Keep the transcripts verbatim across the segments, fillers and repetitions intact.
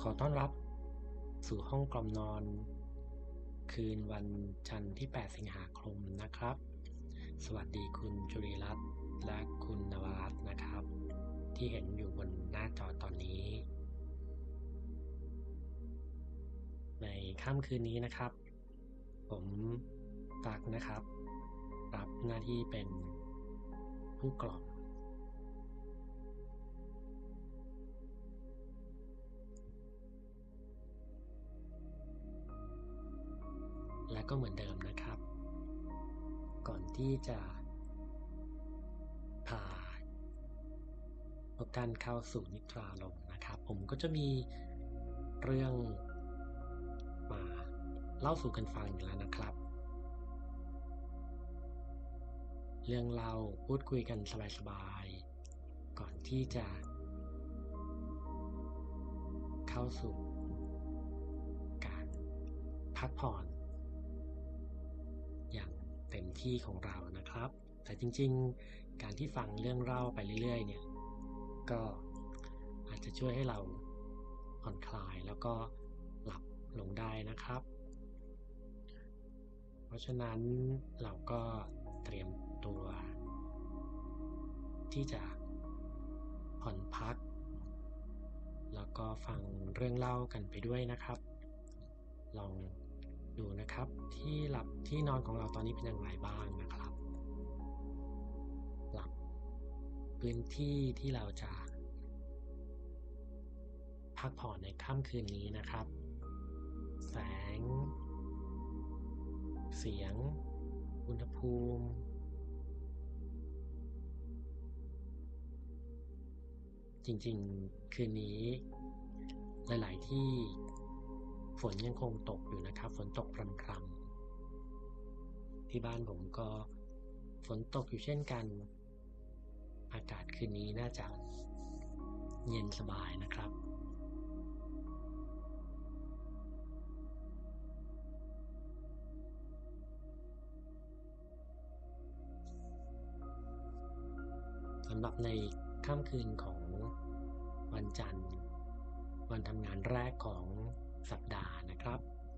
ขอต้อนรับสู่ห้องกล่อมนอนคืนวันจันทร์ที่แปดสิงหาคมนะครับสวัสดีคุณจุริรัตน์และคุณนวรัตน์นะครับที่เห็นอยู่บนหน้าจอตอนนี้ในค่ำคืนนี้นะครับผมตักนะครับรับหน้าที่เป็นผู้กล่อมและก็เหมือนเดิมนะครับก่อนที่จะพาทุกท่านเข้าสู่นิทราลมนะครับผมก็จะมีเรื่องมาเล่าสู่กันฟังอยู่แล้วนะครับเรื่องเล่าพูดคุยกันสบายๆก่อนที่จะเข้าสู่การพักผ่อนอย่างเต็มที่ของเรานะครับแต่จริงๆการที่ฟังเรื่องเล่าไปเรื่อยๆเนี่ยก็อาจจะช่วยให้เราผ่อนคลายแล้วก็หลับลงได้นะครับเพราะฉะนั้นเราก็เตรียมตัวที่จะผ่อนพักแล้วก็ฟังเรื่องเล่ากันไปด้วยนะครับลองดูนะครับที่หลับที่นอนของเราตอนนี้เป็นอย่างไรบ้างนะครับหลับพื้นที่ที่เราจะพักผ่อนในค่ำคืนนี้นะครับแสงเสียงอุณหภูมิจริงๆคืนนี้หลายๆที่ฝนยังคงตกอยู่นะครับฝนตกพรำๆที่บ้านผมก็ฝนตกอยู่เช่นกันอากาศคืนนี้น่าจะเย็นสบายนะครับสำหรับในค่ำคืนของวันจันทร์วันทำงานแรกของสัปดาห์นะครับ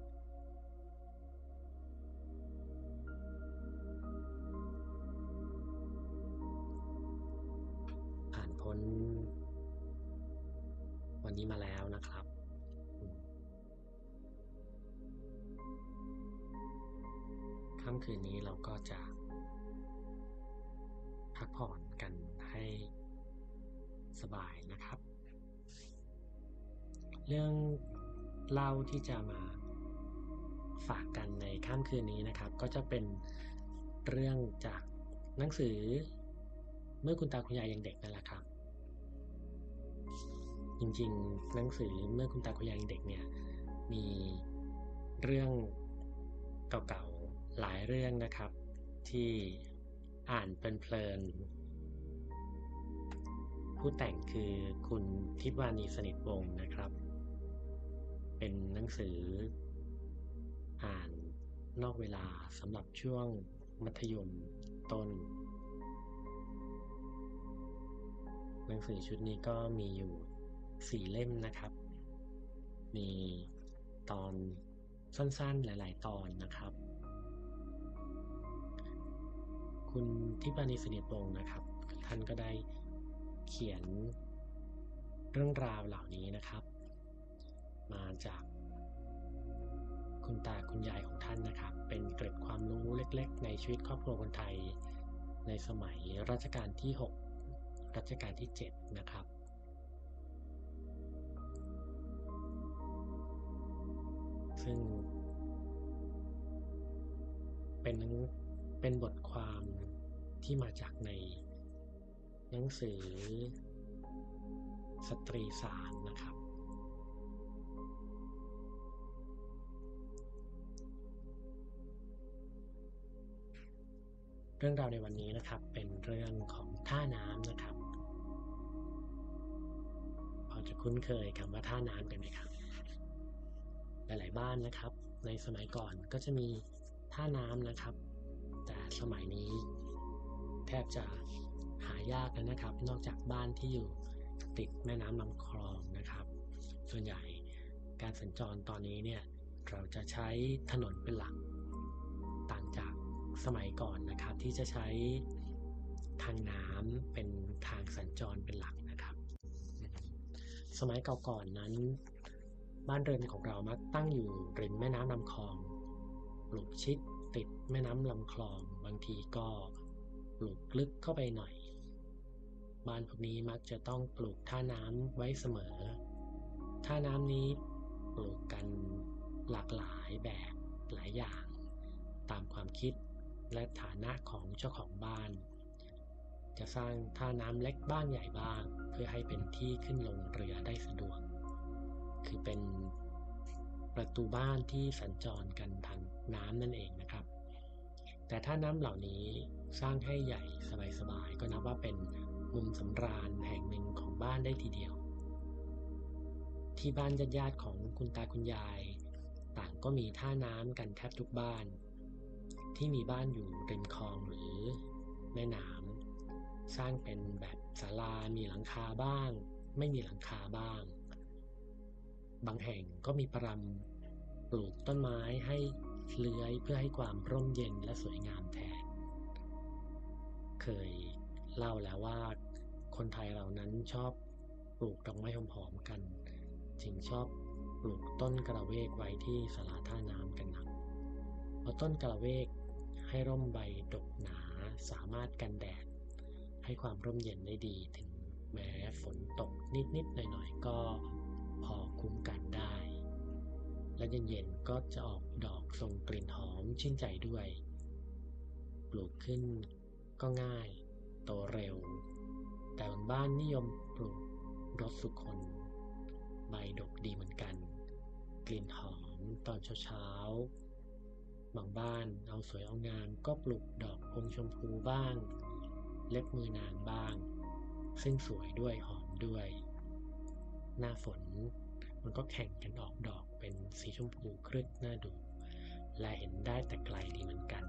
ผ่านพ้นวันนี้มาแล้วนะครับค่ำคืนนี้เราก็จะพักผ่อนกันให้สบายนะครับเรื่องเล่าที่จะมาฝากกันในค่ำคืนนี้นะครับก็จะเป็นเรื่องจากหนังสือเมื่อคุณตาคุณยายยังเด็กนั่นแหละครับจริงๆหนังสือเมื่อคุณตาคุณยายยังเด็กเนี่ยมีเรื่องเก่าๆหลายเรื่องนะครับที่อ่านเพลินๆผู้แต่งคือคุณทิพวานีสนิทวงศ์นะครับเป็นหนังสืออ่านนอกเวลาสำหรับช่วงมัธยมต้นหนังสือชุดนี้ก็มีอยู่สี่เล่มนะครับมีตอนสั้นๆหลายๆตอนนะครับคุณทิพวานีสนิทวงศ์นะครับท่านก็ได้เขียนเรื่องราวเหล่านี้นะครับมาจากคุณตาคุณยายของท่านนะครับเป็นเกร็ดความรู้เล็กๆในชีวิตครอบครัวคนไทยในสมัยรัชกาลที่หกรัชกาลที่เจ็ดนะครับซึ่งเป็นเป็นบทความที่มาจากในหนังสือสตรีสารนะครับเรื่องราวในวันนี้นะครับเป็นเรื่องของท่าน้ำนะครับพอจะคุ้นเคยคำว่าท่าน้ำกันไหมครับหลายๆบ้านนะครับในสมัยก่อนก็จะมีท่าน้ำนะครับแต่สมัยนี้แทบจะหายากแล้วนะครับนอกจากบ้านที่อยู่ติดแม่น้ำลำคลองนะครับส่วนใหญ่การสัญจรตอนนี้เนี่ยเราจะใช้ถนนเป็นหลักต่างจากสมัยก่อนนะครับที่จะใช้ทางน้ำเป็นทางสัญจรเป็นหลักนะครับสมัยเก่าก่อนนั้นบ้านเรือนของเรามักตั้งอยู่ริมแม่น้ำลำคลองปลูกชิดติดแม่น้ำลำคลองบางทีก็ปลูกลึกเข้าไปหน่อยบ้านพวกนี้มักจะต้องปลูกท่าน้ำไว้เสมอท่าน้ำนี้ปลูกกันหลากหลายแบบหลายอย่างตามความคิดและฐานะของเจ้าของบ้านจะสร้างท่าน้ำเล็กบ้างใหญ่บ้างเพื่อให้เป็นที่ขึ้นลงเรือได้สะดวกคือเป็นประตูบ้านที่สัญจรกันทางน้ำนั่นเองนะครับแต่ท่าน้ำเหล่านี้สร้างให้ใหญ่สบายๆก็นับว่าเป็นมุมสำราญแห่งหนึ่งของบ้านได้ทีเดียวที่บ้านญาติๆของคุณตาคุณยายต่างก็มีท่าน้ำกันแทบทุกบ้านที่มีบ้านอยู่ริมคลองหรือแม่น้ำสร้างเป็นแบบศาลามีหลังคาบ้างไม่มีหลังคาบ้างบางแห่งก็มีปรำปลูกต้นไม้ให้เลื้อยเพื่อให้ความร่มเย็นและสวยงามแทนเคยเล่าแล้วว่าคนไทยเรานั้นชอบปลูกดอกไม้หอมๆกันจึงชอบปลูกต้นกระเวกไว้ที่ศาลาท่าน้ำกันนักเพราะต้นกระเวกให้ร่มใบดกหนาสามารถกันแดดให้ความร่มเย็นได้ดีถึงแม้ฝนตกนิดๆหน่อยๆก็พอคุ้มกันได้และเย็นๆก็จะออกดอกทรงกลิ่นหอมชื่นใจด้วยปลูกขึ้นก็ง่ายโตเร็วแต่บางบ้านนิยมปลูกรสสุคนใบดกดีเหมือนกันกลิ่นหอมตอนเช้าๆบางบ้านเอาสวยเอางามก็ปลูกดอกพงชมพูบ้างเล็บมือนางบ้างซึ่งสวยด้วยหอมด้วยหน้าฝนมันก็แข่งกันออกดอกเป็นสีชมพูครึกน่าดูและเห็นได้แต่ไกลดีเหมือนกัน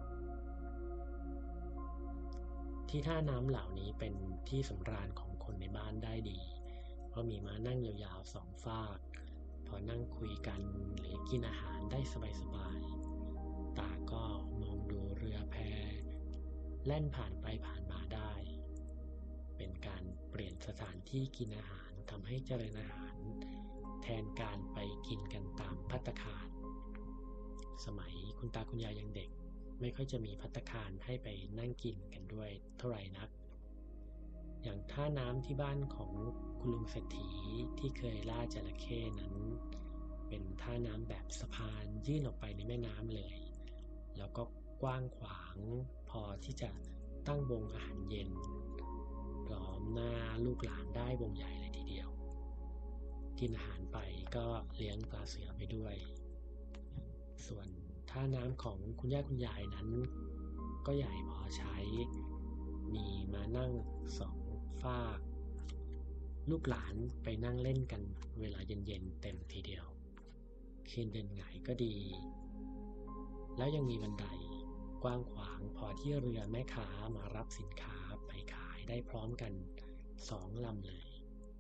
ที่ท่าน้ำเหล่านี้เป็นที่สำราญของคนในบ้านได้ดีเพราะมีม้านั่งยาวๆสองฝากพอนั่งคุยกันหรือกินอาหารได้สบายๆตาก็มองดูเรือแพแล่นผ่านไปผ่านมาได้เป็นการเปลี่ยนสถานที่กินอาหารทำให้เจริญอาหารแทนการไปกินกันตามภัตตาคารสมัยคุณตาคุณยายยังเด็กไม่ค่อยจะมีภัตตาคารให้ไปนั่งกินกันด้วยเท่าไหร่นักอย่างท่าน้ำที่บ้านของคุณลุงเศรษฐีที่เคยล่าจระเข้นั้นเป็นท่าน้ำแบบสะพานยื่นออกไปในแม่น้ำเลยแล้วก็กว้างขวางพอที่จะตั้งวงอาหารเย็นล้อมหน้าลูกหลานได้วงใหญ่เลยทีเดียวกินอาหารไปก็เลี้ยงปลาเสือไปด้วยส่วนท่าน้ำของคุณย่าคุณยายนั้นก็ใหญ่พอใช้มีมานั่งสองฝากลูกหลานไปนั่งเล่นกันเวลาเย็นๆเต็มทีเดียวคืนเดินหงายก็ดีแล้วยังมีบันไดกว้างขวางพอที่เรือแม่ค้ามารับสินค้าไปขายได้พร้อมกันสองลำเลย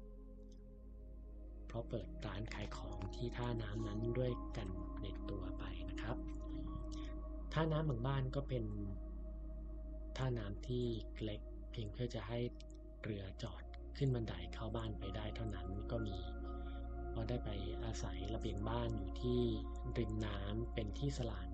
เพราะเปิดร้านขายของที่ท่าน้ำนั้นด้วยกันในตัวไปนะครับท่าน้ำบางบ้านก็เป็นท่าน้ำที่เล็กเพียงเพื่อจะให้เรือจอดขึ้นบันไดเข้าบ้านไปได้เท่านั้นก็มีเพราะได้ไปอาศัยระเบียงบ้านอยู่ที่ริมน้ำเป็นที่สลาน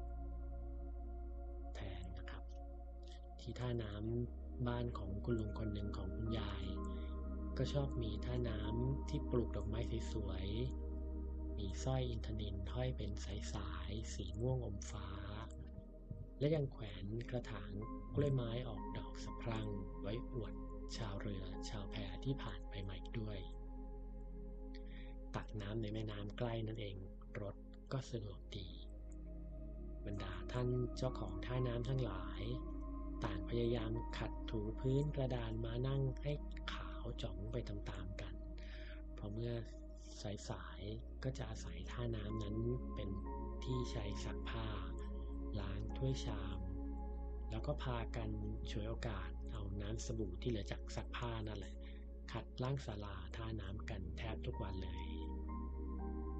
แทนนะครับที่ท่าน้ำบ้านของคุณลุงคนหนึ่งของคุณยายก็ชอบมีท่าน้ำที่ปลูกดอกไม้สวยๆมีสร้อยอินทนิลห้อยเป็นสายๆสีม่วงอมฟ้าและยังแขวนกระถางกล้วยไม้ออกดอกสะพรั่งไว้อวดชาวเรือชาวแพที่ผ่านไปมาอีกด้วยตักน้ำในแม่น้ำใกล้นั่นเองรถก็สะดวกดีบรรดาท่านเจ้าของท่าน้ำทั้งหลายต่างพยายามขัดถูพื้นกระดานมานั่งให้ขาวจ่องไปตามๆกันเพราะเมื่อสายๆก็จะอาศัยท่าน้ำนั้นเป็นที่ใช้ซักผ้าล้างถ้วยชามแล้วก็พากันฉวยโอกาสเอาน้ำสบู่ที่เหลือจากซักผ้านั่นแหละขัดล้างศาลาท่าน้ำกันแทบทุกวันเลย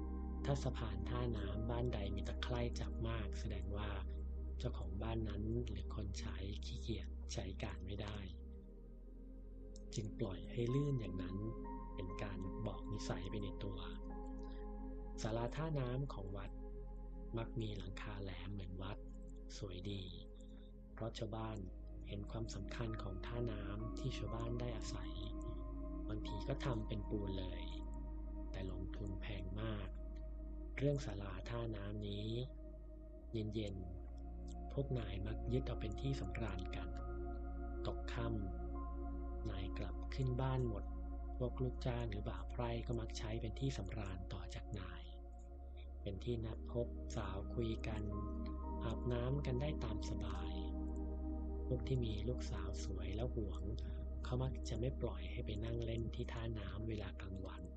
ถ้าสะพานท่าน้ำบ้านใดมีตะไคร่จับมากแสดงว่าเจ้าของบ้านนั้นหรือคนใช้ขี้เกียจใช้การไม่ได้จึงปล่อยให้ลื่นอย่างนั้นเป็นการบอกนิสัยไปในตัวศาลาท่าน้ำของวัดมักมีหลังคาแหลมเหมือนวัดสวยดีเพราะชาวบ้านเห็นความสำคัญของท่าน้ำที่ชาวบ้านได้อาศัยบางทีก็ทำเป็นปูนเลยแต่ลงทุนแพงมากเรื่องศาลาท่าน้ำนี้เย็นๆพวกนายมักยึดเอาเป็นที่สำราญกันตกค่ำนายกลับขึ้นบ้านหมดพวกลูกจ้างหรือบ่าวไพร่ก็มักใช้เป็นที่สำราญต่อจากนายเป็นที่นัดพบสาวคุยกันอาบน้ำกันได้ตามสบายพวกที่มีลูกสาวสวยแล้วหวงเขามักจะไม่ปล่อยให้ไปนั่งเล่นที่ท่าน้ำเวลากลางวัน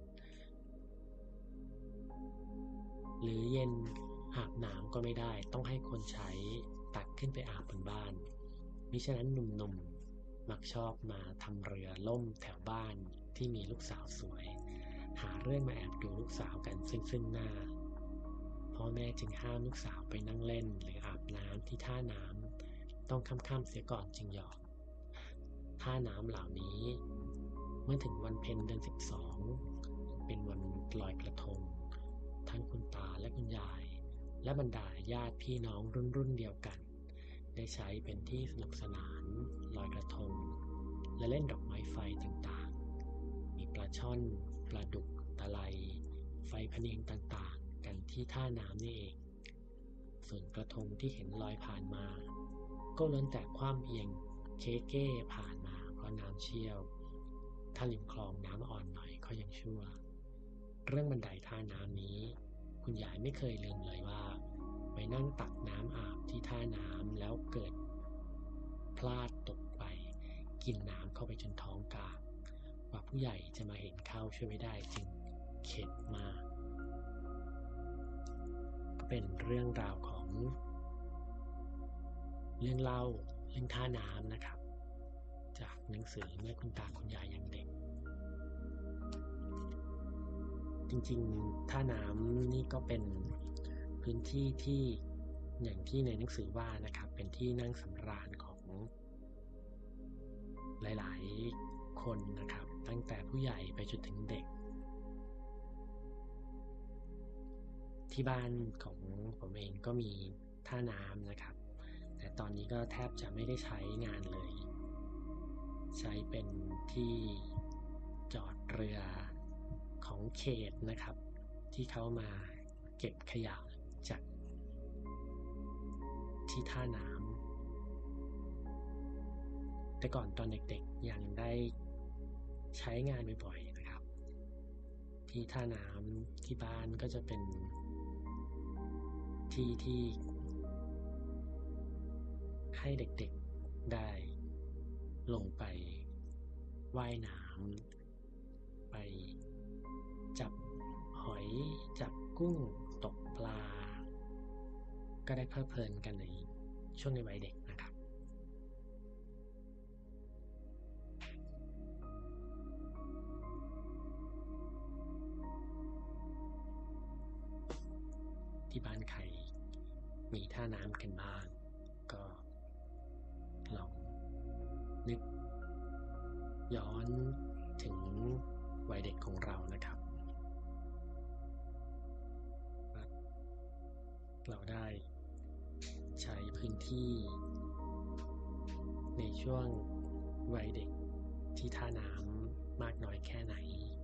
หรือเย็นอาบน้ำก็ไม่ได้ต้องให้คนใช้ตักขึ้นไปอาบบนบ้านมิฉะนั้นหนุ่มๆมักชอบมาทำเรือล่มแถวบ้านที่มีลูกสาวสวยหาเรื่องมาแอบดูลูกสาวกันซึ่งๆหน้าพ่อแม่จึงห้ามลูกสาวไปนั่งเล่นหรืออาบน้ำที่ท่าน้ำต้องค่ำๆเสียก่อนจึงยอมท่าน้ำเหล่านี้เมื่อถึงวันเพ็ญเดือนสิบสองเป็นวันลอยกระทงทั้งคุณตาและคุณยายและบรรดาญาติพี่น้องรุ่นรุ่นเดียวกันได้ใช้เป็นที่สนุกสนานลอยกระทงและเล่นดอกไม้ไฟต่างๆมีปลาช่อนปลาดุกตะไลไฟพะเนียงต่างๆกันที่ท่าน้ำนี่เองส่วนกระทงที่เห็นลอยผ่านมาก็ล้วนแต่คว่ำเอียงเคเก้ผ่านมาเพราะน้ำเชี่ยวถ้าริมคลองน้ำอ่อนหน่อยก็ยังชั่วเรื่องบันไดท่าน้ำนี้คุณยายไม่เคยลืมเลยว่าไปนั่งตักน้ำอาบที่ท่าน้ำแล้วเกิดพลาดตกไปกินน้ำเข้าไปจนท้องกากกว่าผู้ใหญ่จะมาเห็นเข้าช่วยไม่ได้จึงเข็ดมากก็เป็นเรื่องราวของเรื่องเล่าเรื่องท่าน้ำนะครับจากหนังสือเมื่อคุณตาคุณยายยังเด็กจริงๆท่าน้ำนี่ก็เป็นพื้นที่ที่อย่างที่ในหนังสือว่านะครับเป็นที่นั่งสำราญของหลายๆคนนะครับตั้งแต่ผู้ใหญ่ไปจนถึงเด็กที่บ้านของผมเองก็มีท่าน้ำนะครับแต่ตอนนี้ก็แทบจะไม่ได้ใช้งานเลยใช้เป็นที่จอดเรือของเขตนะครับที่เขามาเก็บขยะจากที่ท่าน้ำแต่ก่อนตอนเด็กๆยังได้ใช้งานบ่อยๆนะครับที่ท่าน้ำที่บ้านก็จะเป็นที่ที่ให้เด็กๆได้ลงไปว่ายน้ำไปจับหอยจับกุ้งตกปลาก็ได้เพลิดเพลินกันในช่วงในวัยเด็กนะครับที่บ้านใครมีท่าน้ำกันบ้างก็ลองนึกย้อนถึงวัยเด็กของเรานะครับเราได้ใช้พื้นที่ในช่วงวัยเด็กที่ท่าน้ำมากน้อยแค่ไหน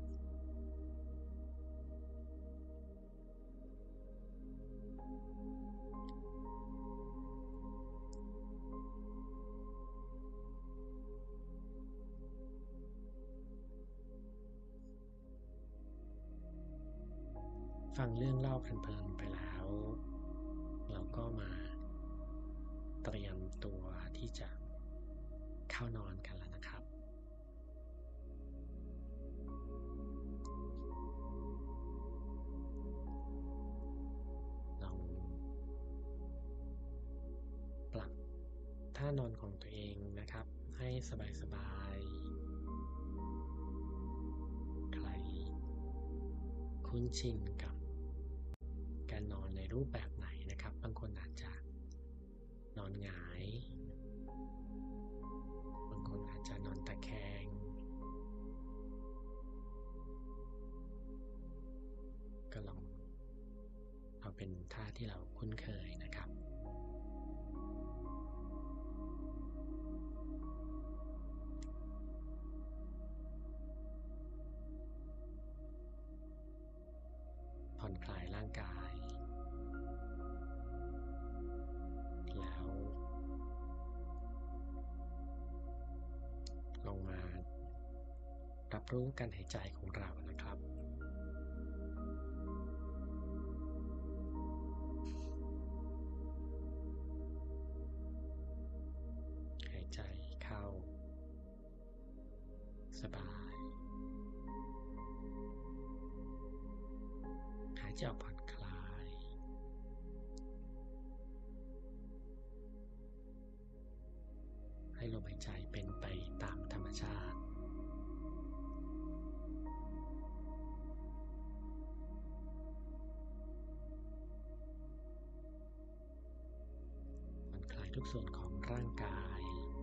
ฟังเรื่องเล่าเพลินๆไปแล้วเราก็มาเตรียมตัวที่จะเข้านอนกันแล้วนะครับลองปรับท่านอนของตัวเองนะครับให้สบายๆใครคุ้นชินกับรูปแบบไหนนะครับบางคนอาจจะนอนหงายบางคนอาจจะนอนตะแคงก็ลองเอาเป็นท่าที่เราคุ้นเคยนะครับผ่อนคลายร่างกายแล้วลงมารับรู้การหายใจของเรานะครับหายใจเข้าสบายหายใจออกผ่อนคลายให้ลมหายใจเป็นไปตามธรรมชาติผ่อนคลายทุกส่วนของร่างกาย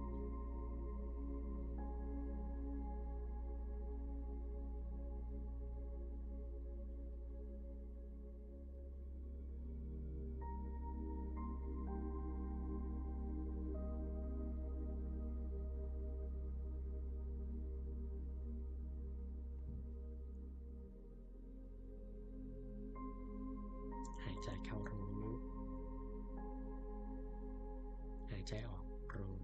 หายใจเข้ารู้หายใจออกรู้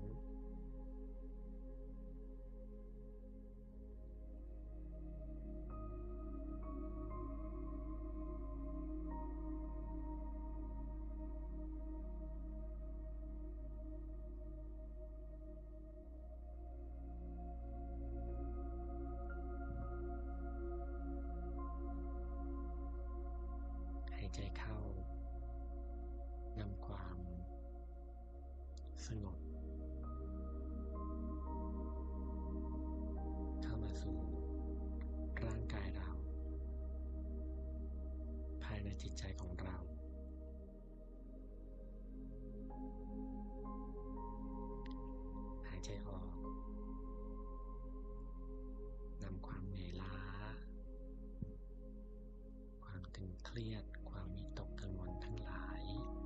หายใจเข้านำความสงบเข้ามาสู่ร่างกายเราภายในจิตใจของเราหายใจออกนำความเหนื่อยล้าความตึงเครียดความวิตกกังวลทั้งหลาย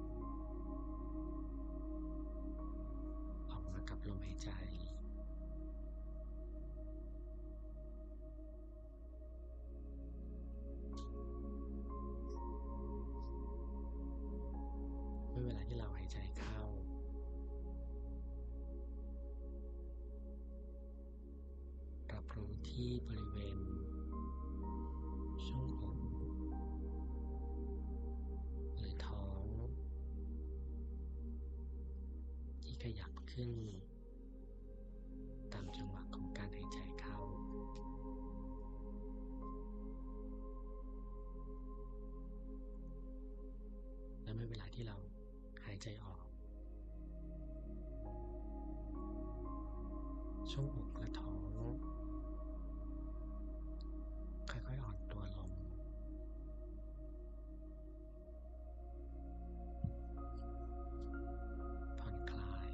ออกมากับลมหายใจเมื่อเวลาที่เราหายใจเข้ารับรู้ที่บริเวณช่องอกหรือท้องที่ขยับขึ้นตามจังหวะของการหายใจเข้าและเมื่อเวลาที่เราหายใจออกช่องอกและท้องค่อยๆอ่อนตัวลงผ่อนคลาย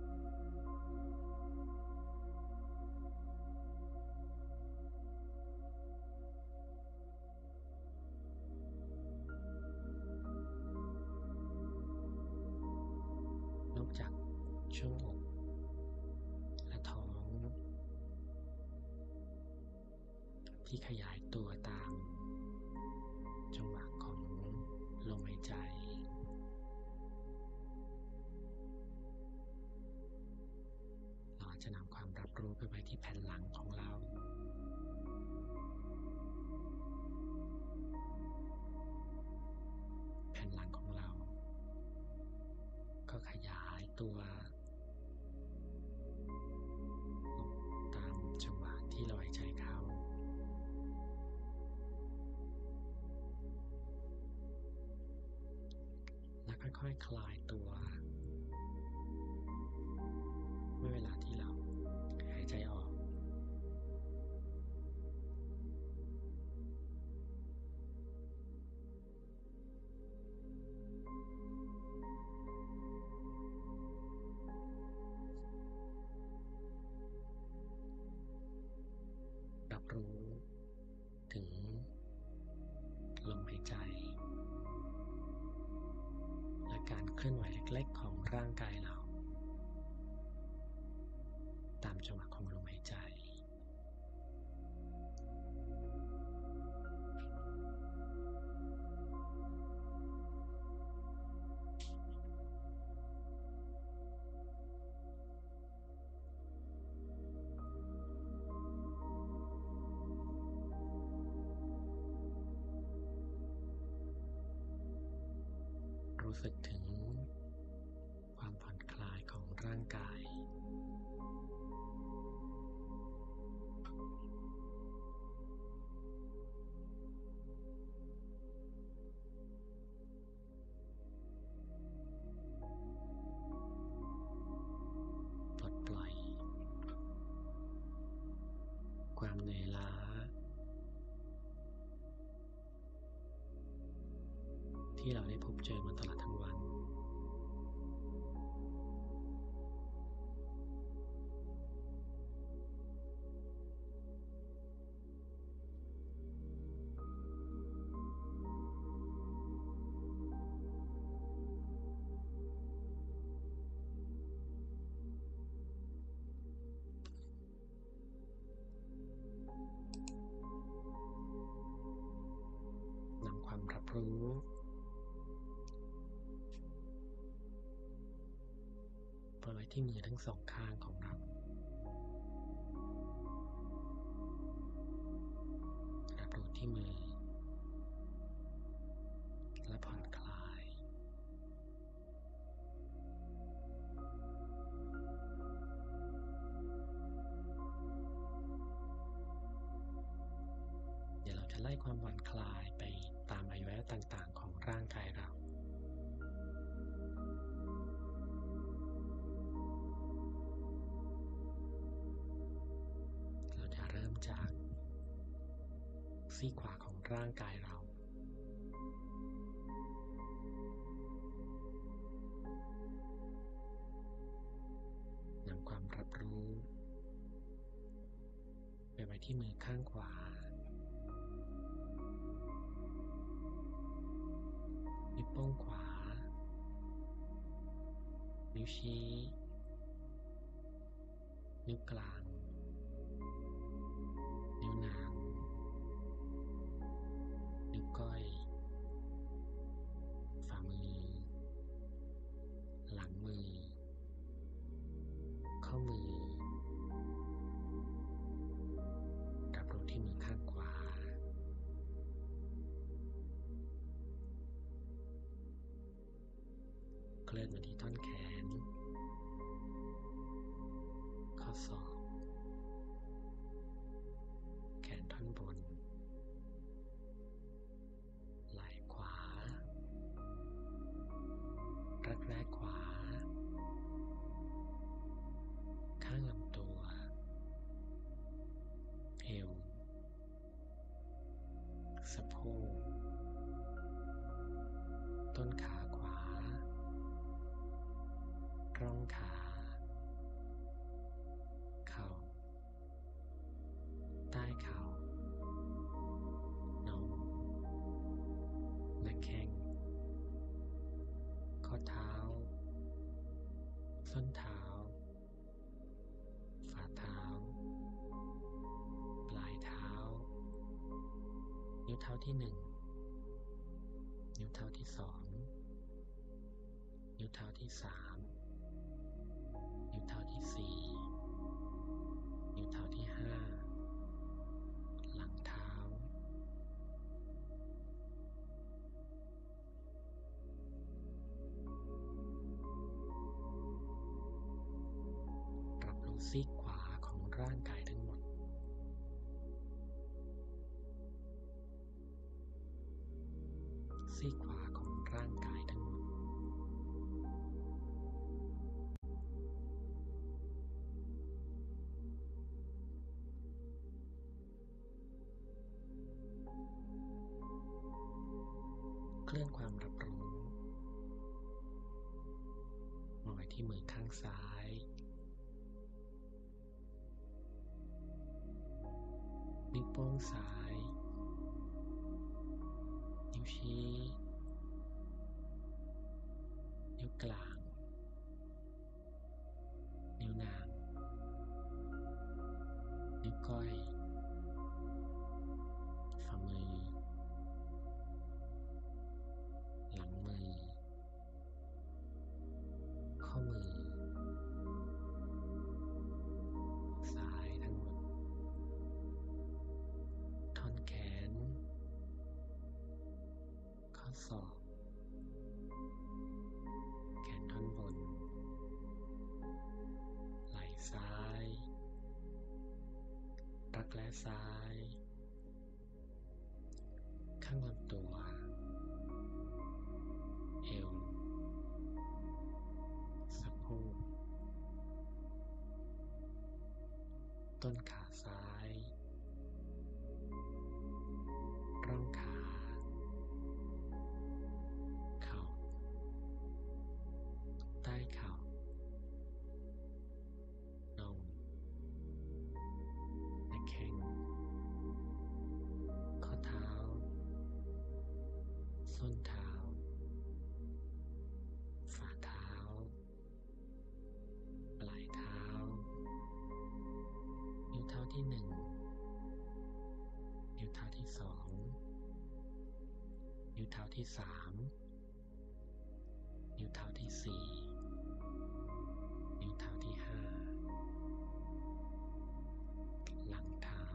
นอกจากช่วงอกและท้องที่ขยายตัวตามจังหวะของลมหายใจเราจะนำความรับรู้ไปไว้ที่แผ่นหลังของเราแผ่นหลังของเราก็ขยายตัวตามจังหวะที่เราหายใจเข้าและค่อยๆคลายตัวเมื่อเวลาที่เราหายใจออกรู้ถึงลมหายใจและการเคลื่อนไหวเล็กๆของร่างกายเราตามจังหวะของลมหายใจรู้สึกถึงความผ่อนคลายของร่างกายปลดปล่อยความเหนื่อยล้าที่เราได้พบเจอมาตลอดทั้งวันนำความรับรู้ไปไว้ที่มือทั้งสองข้างของเรารับรู้ที่มือและผ่อนคลายเดี๋ยวเราจะไล่ความผ่อนคลายไปตามอวัยวะต่างๆของร่างกายเราเราจะเริ่มจากซีกขวาของร่างกายเรานำความรับรู้ไปไว้ที่มือข้างขวานิ้วโป้งขวานิ้วชี้นิ้วกลางนิ้วนางนิ้วก้อยฝ่ามือหลังมือข้อมือรับรู้ที่มือข้างขวาเคลื่อนมาที่ท่อนแขนข้อศอกแขนท่อนบนไหล่ขวารักแร้ขวาข้างลำตัวเอวสะโพกต้นขาขวาร่องขาเข่าใต้เข่าน่องหน้าแข้งข้อเท้าส้นเท้าฝ่าเท้าปลายเท้านิ้วเท้าที่หนึ่งนิ้วเท้าที่สองนิ้วเท้าที่สามนิ้วเท้าที่สี่นิ้วเท้าที่ห้าหลังเท้ารับรู้ซีกขวาของร่างกายทั้งหมดซีกขวาของร่างกายทั้งหมดเคลื่อนความรับรู้มาไว้ที่มือข้างซ้ายนิ้วโป้งซ้ายนิ้วชี้นิ้วกลางนิ้วนางนิ้วก้อยฝ่ามือหลังมือข้อมือซ้ายทั้งหมดท่อนแขนข้อศอกแขนท่อนบนไหล่ซ้ายรักแร้ซ้ายข้างลำตัวเอวสะโพกต้นขาซ้ายร่องขาเข่าใต้เข่าน่องหน้าแข้งข้อเท้าส้นเท้าฝ่าเท้าปลายเท้านิ้วเท้าที่หนึ่งนิ้วเท้าที่สองนิ้วเท้าที่สามนิ้วเท้าที่สี่นิ้วเท้าที่ห้าหลังเท้า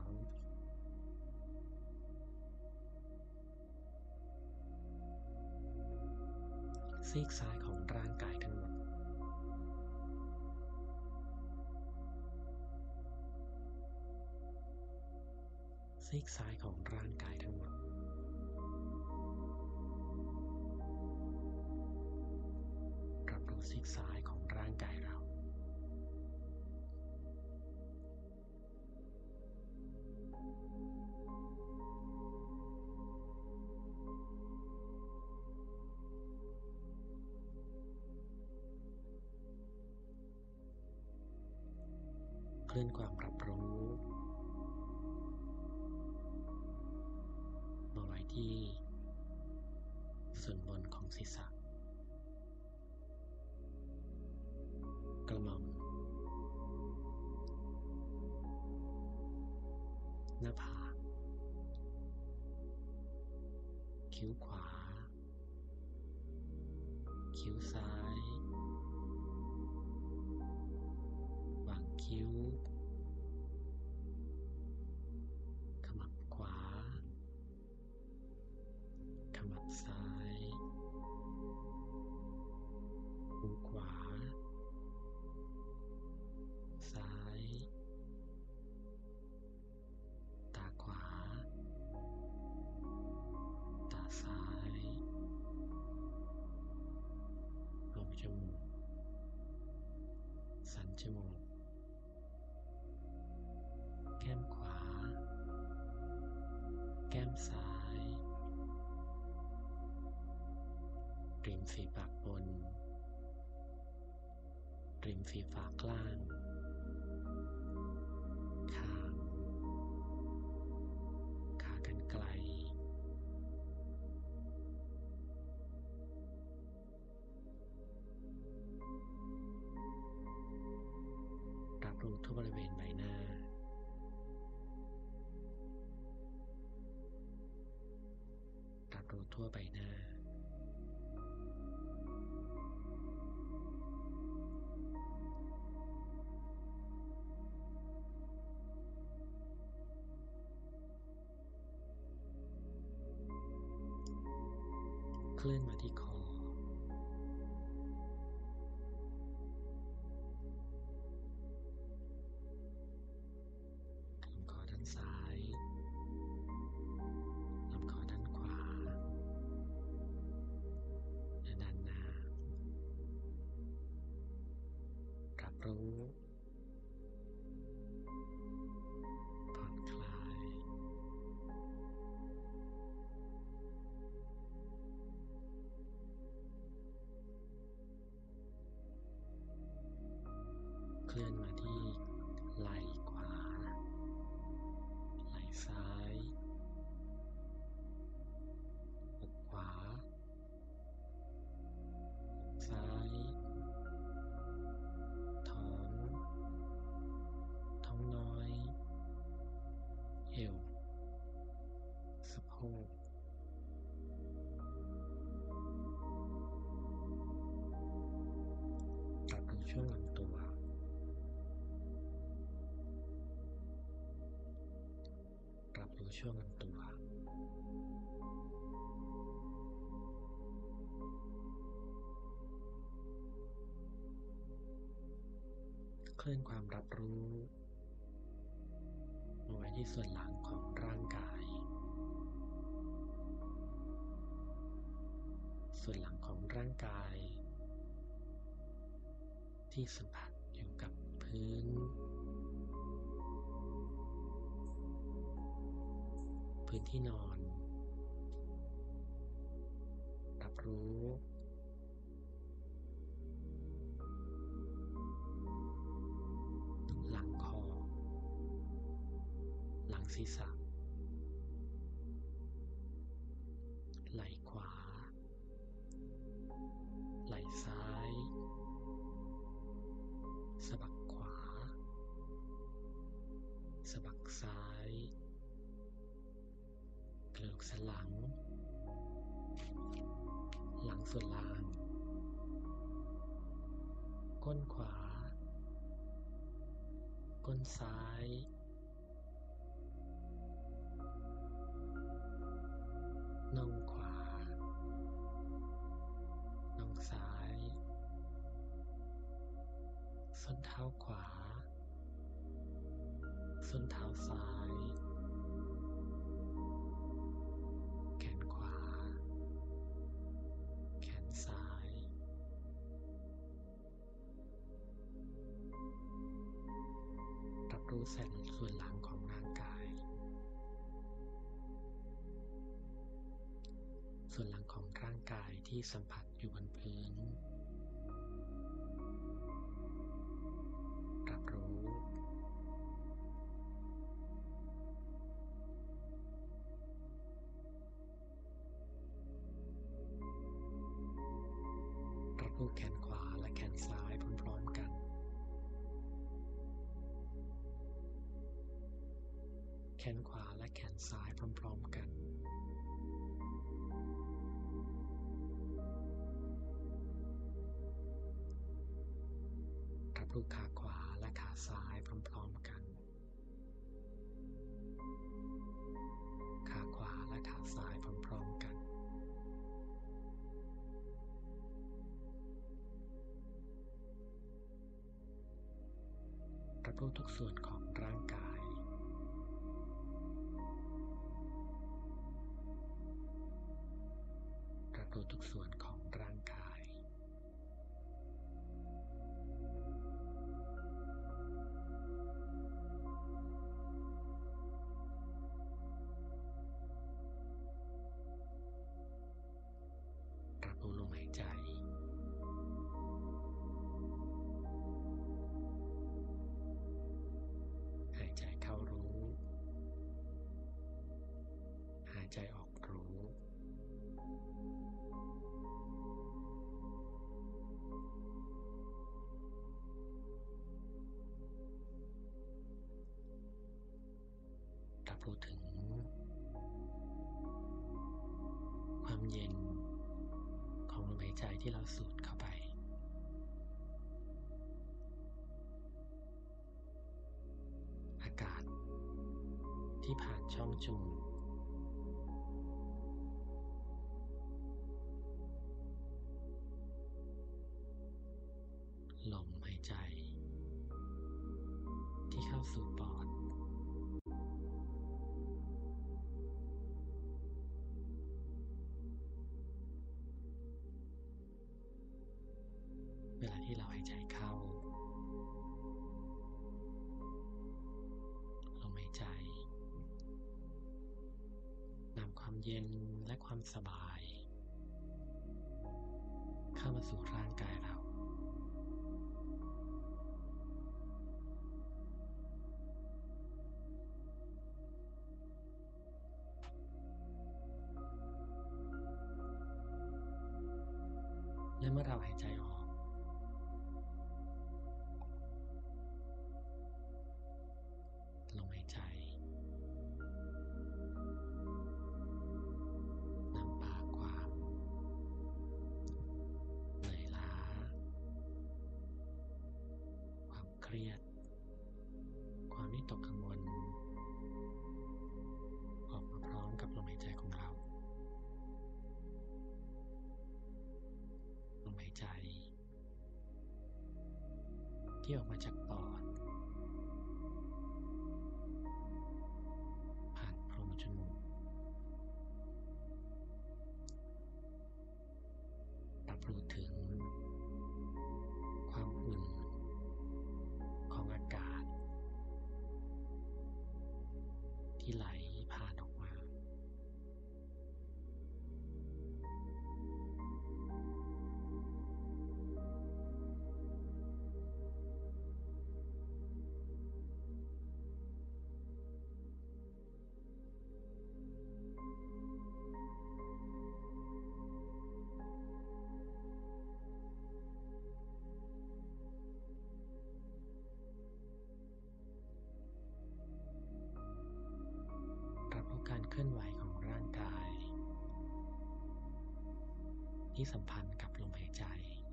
ซีกซ้ายของร่างกายทั้งหมดซีกซ้ายของร่างกายทั้งหมดรับรู้ซีกซ้ายของร่างกายเราเคลื่อนความรับรู้มาไว้ที่ส่วนบนของศีรษะกระหม่อมหน้าผากคิ้วขวาคิ้วซ้ายหว่างคิ้วขมับขวาขมับซ้ายหูขวาซ้ายตาขวาตาซ้ายโพรงจมูกสันจมูกแก้มขวาแก้มซ้ายริมฝีปากบนริมฝีปากล่างคางขากรรไกรรับรู้ทั่วบริเวณใบหน้ารับรู้ทั่วใบหน้าเคลื่อนมาที่คอลำคอด้านซ้ายลำคอด้านขวาและด้านหน้ารับรู้ผ่อนคลายเคลื่อนมาที่ไหล่ขวาไหล่ซ้กรับรู้ช่วงลำตัวรับรู้ช่วงลำตัวเคลื่อนความรับรู้มาไว้ที่ส่วนหลังของร่างกายส่วนหลังของร่างกายที่สัมผัสอยู่กับพื้นพื้นที่นอนรับรู้หลังคอหลังศีรษะไหล่ขวาไหล่ซ้ายสะบักขวาสะบักซ้ายกระดูกสันหลังหลังส่วนล่างก้นขวาก้นซ้ายน่องขวาน่องซ้ายส้นเท้าขวาส้นเท้าซ้ายแขนขวาแขนซ้ายรับรู้เส้นส่วนหลังของร่างกายส่วนหลังของร่างกายที่สัมผัสอยู่บนพื้นรับรู้รับรู้แขนขวาและแขนซ้ายพร้อมๆกันแขนขวาและแขนซ้ายพร้อมๆกันรับรู้ขาขวาและขาซ้ายพร้อมๆกันขาขวาและขาซ้ายพร้อมๆกันรับรู้ทุกส่วนของร่างกายรับรู้ทุกส่วนของร่างกายรับรู้ลมหายใจหายใจเข้ารู้หายใจออกรู้รับรู้ถึงความเย็นของลมหายใจที่เราสูดเข้าไปอากาศที่ผ่านช่องจมูกลมหายใจที่เข้าสู่ปอดเวลาที่เราหายใจเข้าลมหายใจนำความเย็นและความสบายเข้ามาสู่ร่างกายเราและเมื่อเราหายใจออกลมหายใจรียดความวิตกกังวลออกมาพร้อมกับลมหายใจของเราลมหายใจที่ออกมาจากปอดผ่านโพรงจมูกรับรู้ถึงความอุ่นของอากาศที่ไหลผ่านออกมารับรู้การเคลื่อนไหวของร่างกายที่สัมพันธ์กับลมหายใจ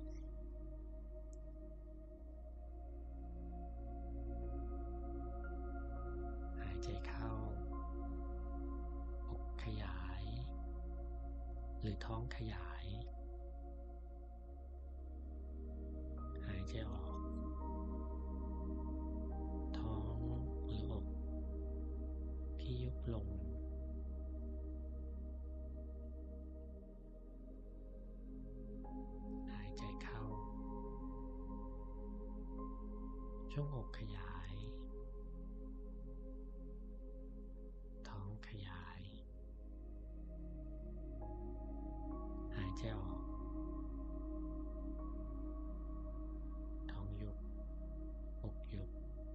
หายใจเข้าอกขยายหรือท้องขยายหายใจออกท้องหรืออกที่ยุบลงหายใจเข้าช่วงอกขยายท้องขยายหายใจออกท้องยุบอกยุบ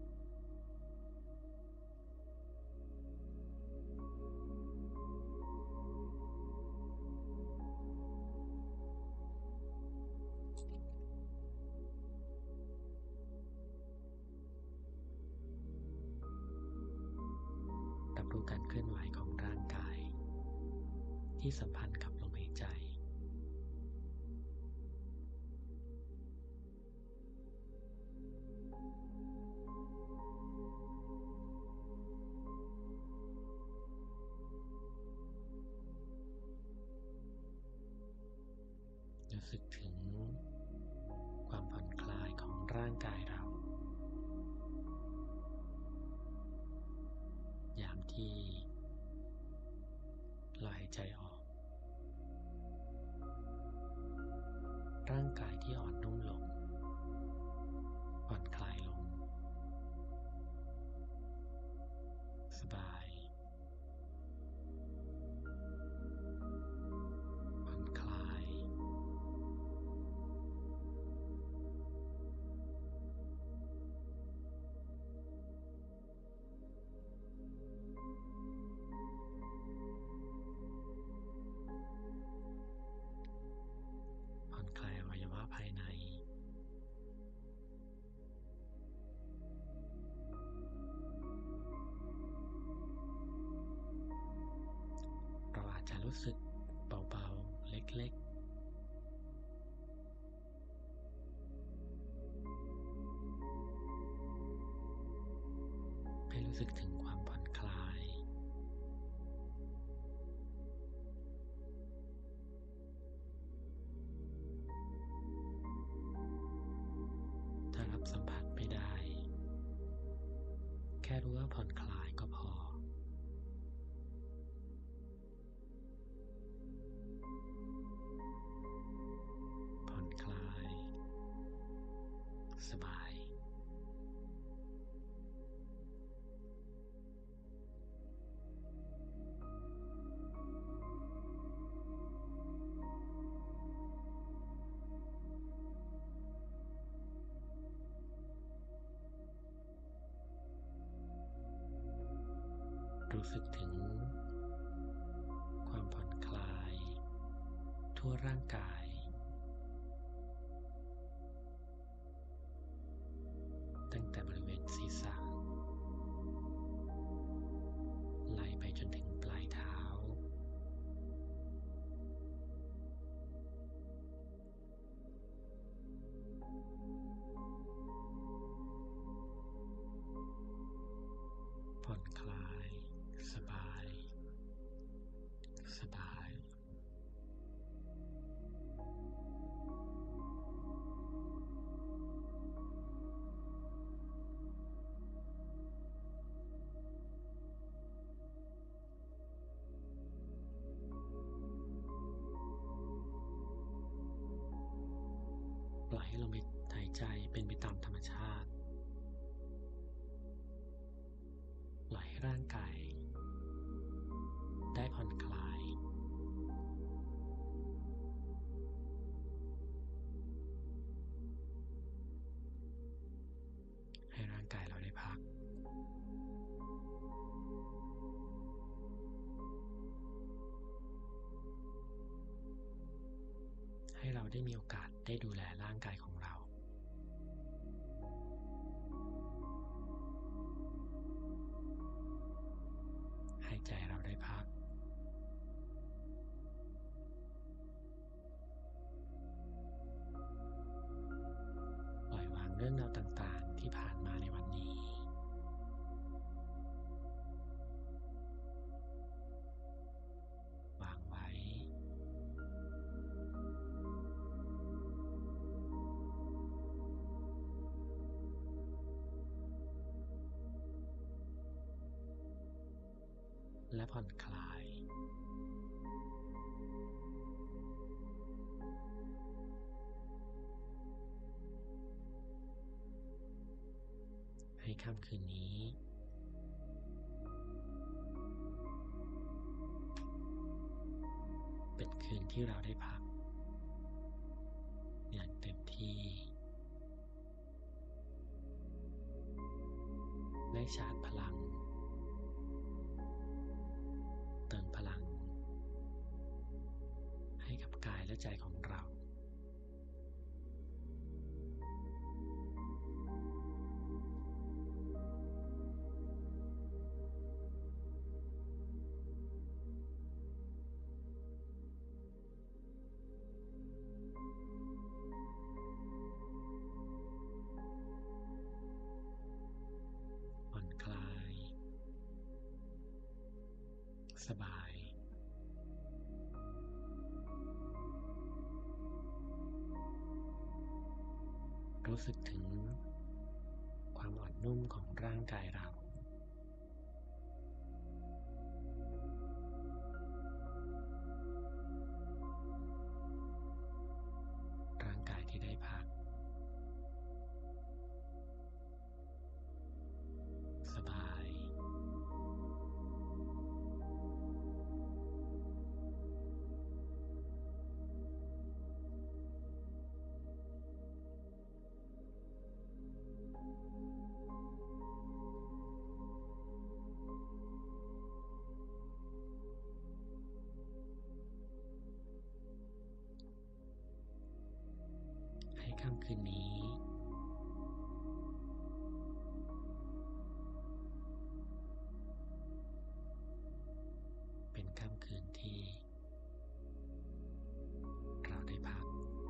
รับรู้การเคลื่อนไหวของร่างกายที่สัมพันธ์กับลมหายใจรู้สึกถึงความผ่อนคลายของร่างกายเรายามที่เราหายใจออกร่างกายที่อ่อนนุ่มลงผ่อนคลายลงสบายผ่อนคลายผ่อนคลายอวัยวะภายในเราอาจจะรู้สึกเบาๆเล็กๆให้รู้สึกถึงความผ่อนคลายถ้ารับสัมผัสไม่ได้แค่รู้ว่าผ่อนคลายก็พอผ่อนคลายสบายรู้สึกถึงความผ่อนคลายทั่วร่างกายตั้งแต่บริเวณศีรษะไล่ไปจนถึงปลายเท้าสบายปล่อยให้ลมหายใจเป็นไปตามธรรมชาติปล่อยให้ร่างกายได้ผ่อนคลายให้ร่างกายเราได้พักให้เราได้มีโอกาสได้ดูแลร่างกายของเราให้ใจเราได้พักปล่อยวางเรื่องราวต่างๆที่ผ่านมาในวันนี้วางไว้และผ่อนคลายให้ค่ำคืนนี้เป็นคืนที่เราได้พักอย่างเต็มที่ได้ชาร์จพลังเติมพลังให้กับกายและใจของเราผ่อนคลายสบายรู้สึกถึงความอ่อนนุ่มของร่างกายเราร่างกายที่ได้พักสบายให้ค่ำคืนนี้เป็นค่ำคืนที่เราได้พัก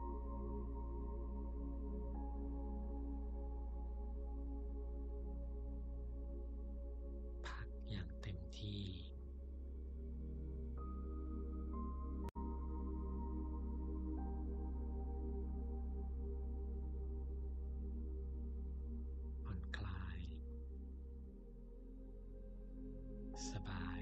พักอย่างเต็มที่ผ่อนคลายสบาย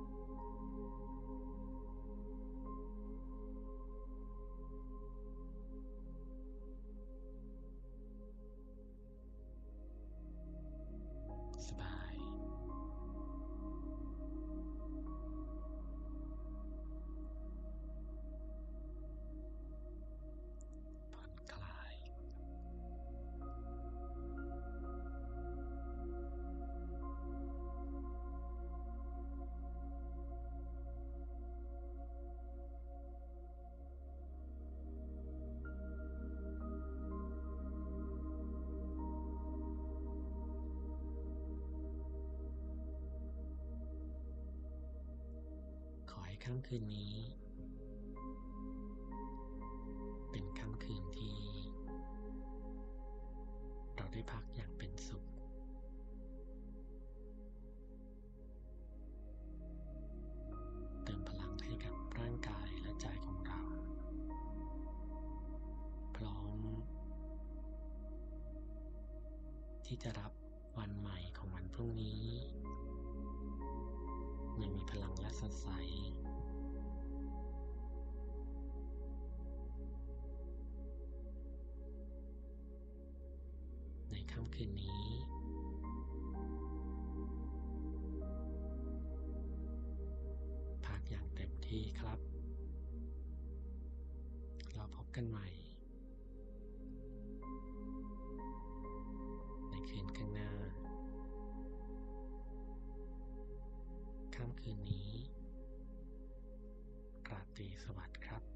สบายผ่อนคลายขอให้ค่ำคืนนี้เป็นค่ำคืนที่เราได้พักอย่างเป็นสุขเติมพลังให้กับที่จะรับวันใหม่ของวันพรุ่งนี้ยังมีพลังและสดใสในค่ำคืนนี้พักอย่างเต็มที่ครับเราพบกันใหม่ในคืนข้างหน้าค่ำคืนนี้ราตรีสวัสดิ์ครับ